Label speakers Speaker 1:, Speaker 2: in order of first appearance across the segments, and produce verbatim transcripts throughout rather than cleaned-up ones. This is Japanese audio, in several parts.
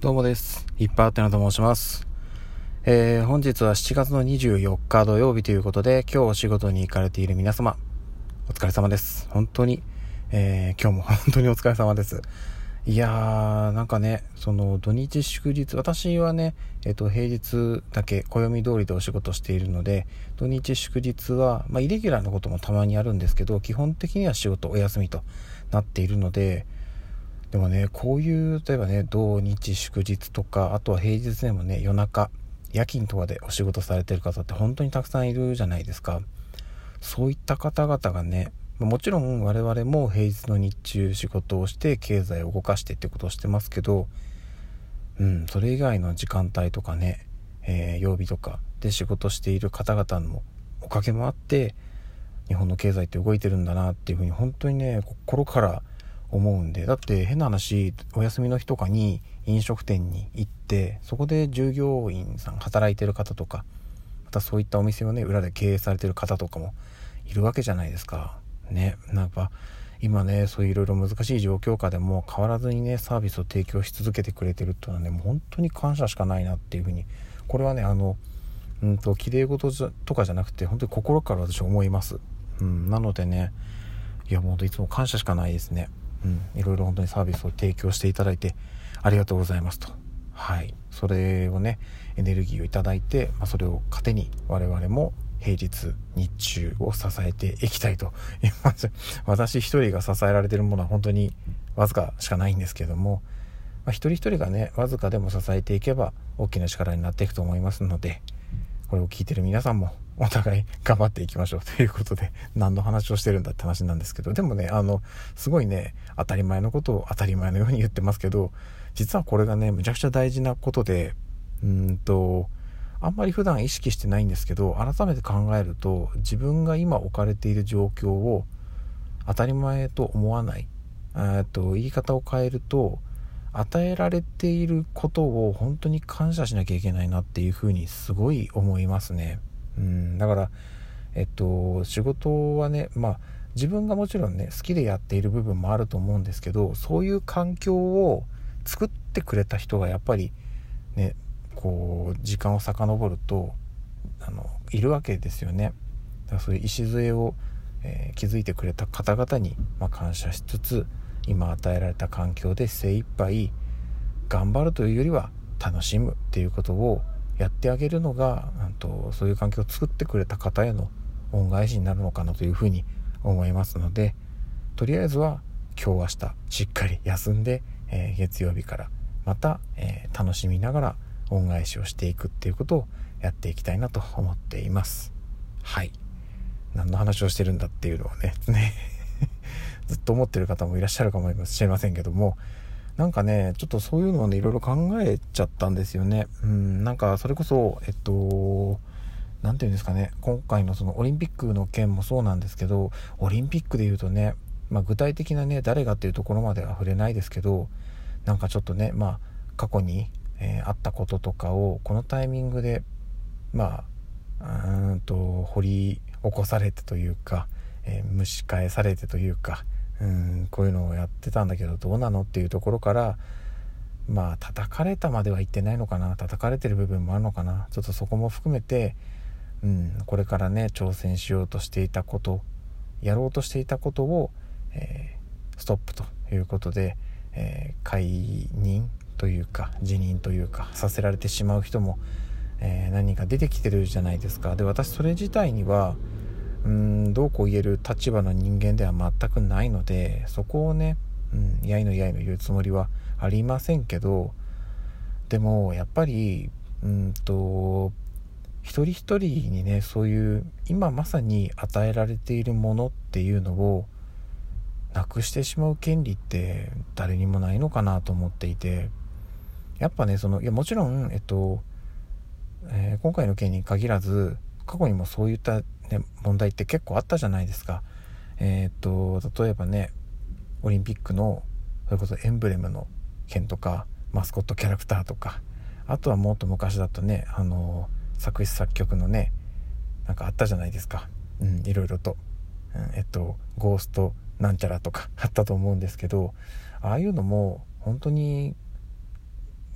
Speaker 1: どうもです。いっぱいあってなと申します。えー、本日はしちがつのにじゅうよっか土曜日ということで、今日お仕事に行かれている皆様、お疲れ様です。本当に、えー、今日も本当にお疲れ様です。いやー、なんかね、その土日祝日、私はね、えっと、平日だけ暦通りでお仕事しているので、土日祝日は、まあ、イレギュラーなこともたまにあるんですけど、基本的には仕事お休みとなっているので、でもね、こういう例えばね、土日祝日とか、あとは平日でもね、夜中夜勤とかでお仕事されてる方って本当にたくさんいるじゃないですか。そういった方々がね、もちろん我々も平日の日中仕事をして経済を動かしてってことをしてますけど、うんそれ以外の時間帯とかね、えー、曜日とかで仕事している方々のおかげもあって日本の経済って動いてるんだなっていうふうに本当にね、心から思うんで。だって変な話、お休みの日とかに飲食店に行ってそこで従業員さん働いてる方とか、またそういったお店をね裏で経営されてる方とかもいるわけじゃないですかね。なんか今ね、そういういろいろ難しい状況下でも変わらずにねサービスを提供し続けてくれてるっていうのはね、もう本当に感謝しかないなっていうふうに、これはねあのうんと綺麗事とかじゃなくて本当に心から私は思います。うん、なのでね、いやもういつも感謝しかないですね。うん、いろいろ本当にサービスを提供していただいてありがとうございますと。はい、それをねエネルギーをいただいて、まあ、それを糧に我々も平日日中を支えていきたいと私一人が支えられているものは本当にわずかしかないんですけども、まあ、一人一人がねわずかでも支えていけば大きな力になっていくと思いますので、これを聞いてる皆さんもお互い頑張っていきましょうということで、何の話をしてるんだって話なんですけど、でもねあのすごいね当たり前のことを当たり前のように言ってますけど、実はこれがねむちゃくちゃ大事なことで、うーんとあんまり普段意識してないんですけど、改めて考えると自分が今置かれている状況を当たり前と思わない、えっと言い方を変えると与えられていることを本当に感謝しなきゃいけないなっていうふうにすごい思いますね。うんだからえっと仕事はね、まあ自分がもちろんね好きでやっている部分もあると思うんですけど、そういう環境を作ってくれた人がやっぱりね、こう時間を遡るとあのいるわけですよね。だからそういう礎を、えー、築いてくれた方々に、まあ、感謝しつつ、今与えられた環境で精一杯頑張るというよりは楽しむっていうことをやってあげるのが、なんとそういう環境を作ってくれた方への恩返しになるのかなというふうに思いますので、とりあえずは今日明日しっかり休んで、えー、月曜日からまた、えー、楽しみながら恩返しをしていくっていうことをやっていきたいなと思っています。はい、何の話をしてるんだっていうのはねねずっと思ってる方もいらっしゃるかもしれませんけども、なんかねちょっとそういうのをねいろいろ考えちゃったんですよね。うんなんかそれこそえっとなんていうんですかね、今回のそのオリンピックの件もそうなんですけど、オリンピックで言うとね、まあ、具体的なね誰がっていうところまでは触れないですけど、なんかちょっとねまあ過去に、えー、あったこととかをこのタイミングでまあうーんと掘り起こされてというか、えー、蒸し返されてというか、うーんこういうのをやってたんだけどどうなのっていうところから、まあ叩かれたまでは言ってないのかな、叩かれてる部分もあるのかな、ちょっとそこも含めて、うん、これからね挑戦しようとしていたこと、やろうとしていたことを、えー、ストップということで、えー、解任というか辞任というかさせられてしまう人も、えー、何人か出てきてるじゃないですか。で私それ自体にはうーんどうこう言える立場の人間では全くないので、そこをね、うん、やいのやいの言うつもりはありませんけど、でもやっぱりうんと一人一人にねそういう今まさに与えられているものっていうのをなくしてしまう権利って誰にもないのかなと思っていて、やっぱねそのいやもちろんえっと、えー、今回の件に限らず過去にもそういった、ね、問題って結構あったじゃないですか。えー、っと例えばねオリンピックのそれこそエンブレムの件とかマスコットキャラクターとか、あとはもっと昔だとねあの作詞作曲のねなんかあったじゃないですか、うん、いろいろと、うん、えっとゴーストなんちゃらとかあったと思うんですけど、ああいうのも本当に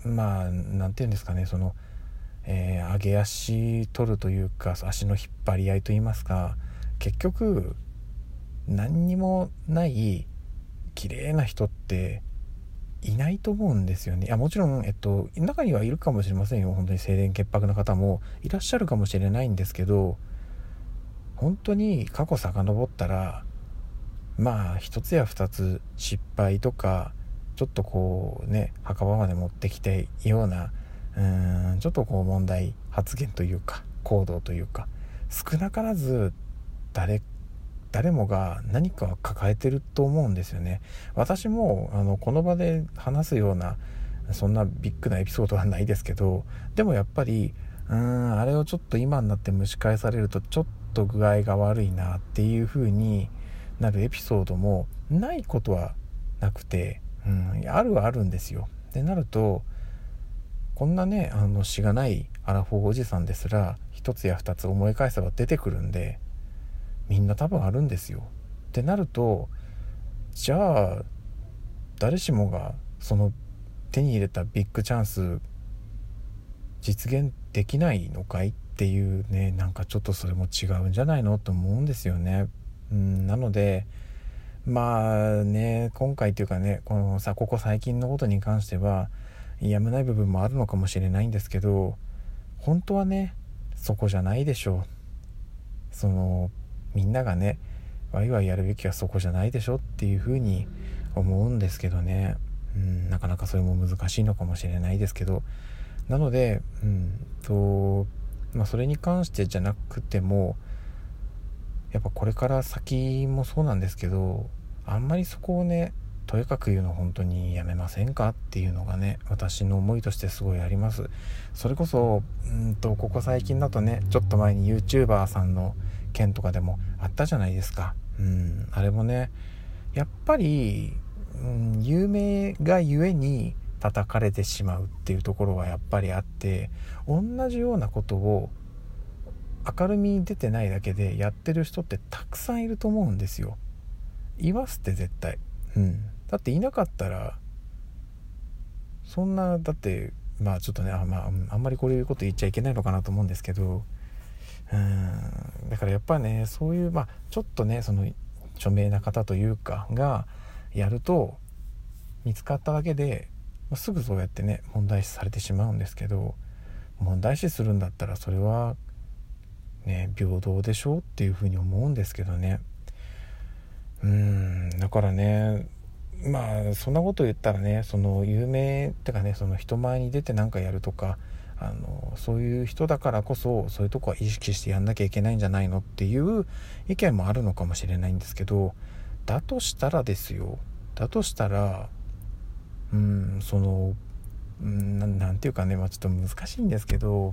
Speaker 1: まあなんていうんですかね、その、えー、上げ足取るというか足の引っ張り合いといいますか、結局何にもない綺麗な人っていないと思うんですよね。いやもちろん、えっと、中にはいるかもしれませんよ。本当に清廉潔白な方もいらっしゃるかもしれないんですけど、本当に過去遡ったらまあ一つや二つ失敗とかちょっとこうね墓場まで持ってきたようなうーんちょっとこう問題発言というか行動というか少なからず誰誰もが何か抱えてると思うんですよね。私もあのこの場で話すようなそんなビッグなエピソードはないですけど、でもやっぱりうーんあれをちょっと今になって蒸し返されるとちょっと具合が悪いなっていう風になるエピソードもないことはなくて、うん、あるはあるんですよ。でなるとこんなねあのしがないアラフォーおじさんですら一つや二つ思い返せば出てくるんで、みんな多分あるんですよ。ってなるとじゃあ誰しもがその手に入れたビッグチャンス実現できないのかいっていうね、なんかちょっとそれも違うんじゃないのと思うんですよね。うん、なのでまあね今回というかねこのさここ最近のことに関してはやむない部分もあるのかもしれないんですけど、本当はねそこじゃないでしょう。そのみんながねワイワイやるべきはそこじゃないでしょっていうふうに思うんですけどね。うん、なかなかそれも難しいのかもしれないですけど、なのでうんとまあそれに関してじゃなくてもやっぱこれから先もそうなんですけど、あんまりそこをねとやかく言うの本当にやめませんかっていうのがね私の思いとしてすごいあります。それこそうんとここ最近だとねちょっと前に YouTuber さんの件とかでもあったじゃないですか。うんあれもねやっぱり、うん、有名がゆえに叩かれてしまうっていうところはやっぱりあって、同じようなことを明るみに出てないだけでやってる人ってたくさんいると思うんですよ。いますって絶対。うん。だっていなかったらそんなだってまあちょっとねあ,、まあ、あんまりこういうこと言っちゃいけないのかなと思うんですけど、うんだからやっぱねそういうまあちょっとねその著名な方というかがやると見つかっただけで、まあ、すぐそうやってね問題視されてしまうんですけど、問題視するんだったらそれはね平等でしょうっていうふうに思うんですけどね。うーんだからねまあそんなこと言ったらねその有名ってかねその人前に出てなんかやるとかあのそういう人だからこそそういうとこは意識してやんなきゃいけないんじゃないのっていう意見もあるのかもしれないんですけど、だとしたらですよだとしたらうんそのうんな、なんていうかねまあちょっと難しいんですけど、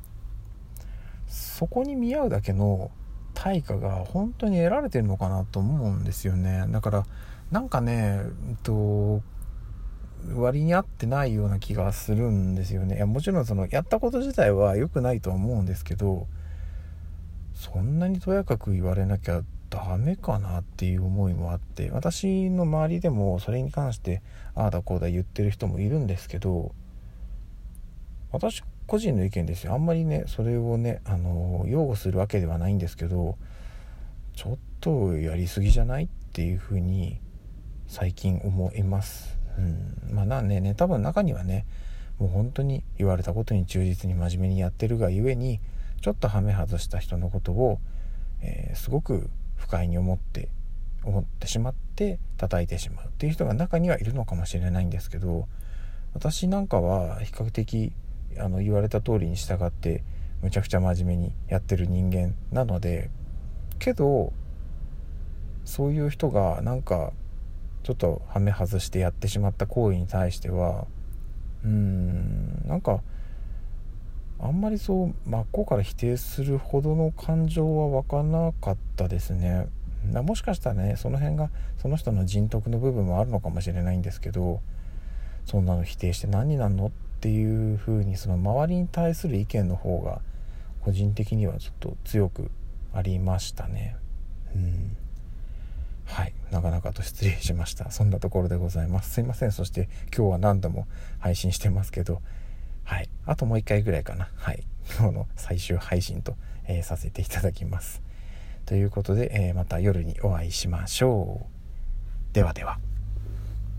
Speaker 1: そこに見合うだけの対価が本当に得られてるのかなと思うんですよね。だからなんかね、えっと、割に合ってないような気がするんですよね。いやもちろんそのやったこと自体は良くないとは思うんですけど、そんなにとやかく言われなきゃダメかなっていう思いもあって、私の周りでもそれに関してああだこうだ言ってる人もいるんですけど、私個人の意見ですよ。あんまりねそれをねあの擁護するわけではないんですけど、ちょっとやりすぎじゃないっていうふうに最近思います。うん、まあなんねね多分中にはねもう本当に言われたことに忠実に真面目にやってるがゆえにちょっとハメ外した人のことを、えー、すごく不快に思って思ってしまって叩いてしまうっていう人が中にはいるのかもしれないんですけど、私なんかは比較的あの言われた通りに従ってむちゃくちゃ真面目にやってる人間なので、けどそういう人がなんかちょっとハメ外してやってしまった行為に対してはうーんなんかあんまりそう真っ向から否定するほどの感情は湧かなかったですね。もしかしたらねその辺がその人の人徳の部分もあるのかもしれないんですけど、そんなの否定して何になんのっていう風にその周りに対する意見の方が個人的にはちょっと強くありましたね。うんはい長々と失礼しました。そんなところでございます。すいません。そして今日は何度も配信してますけど、はい、あともう一回ぐらいかな。はい、今日の最終配信と、えー、させていただきます。ということで、えー、また夜にお会いしましょう。ではでは。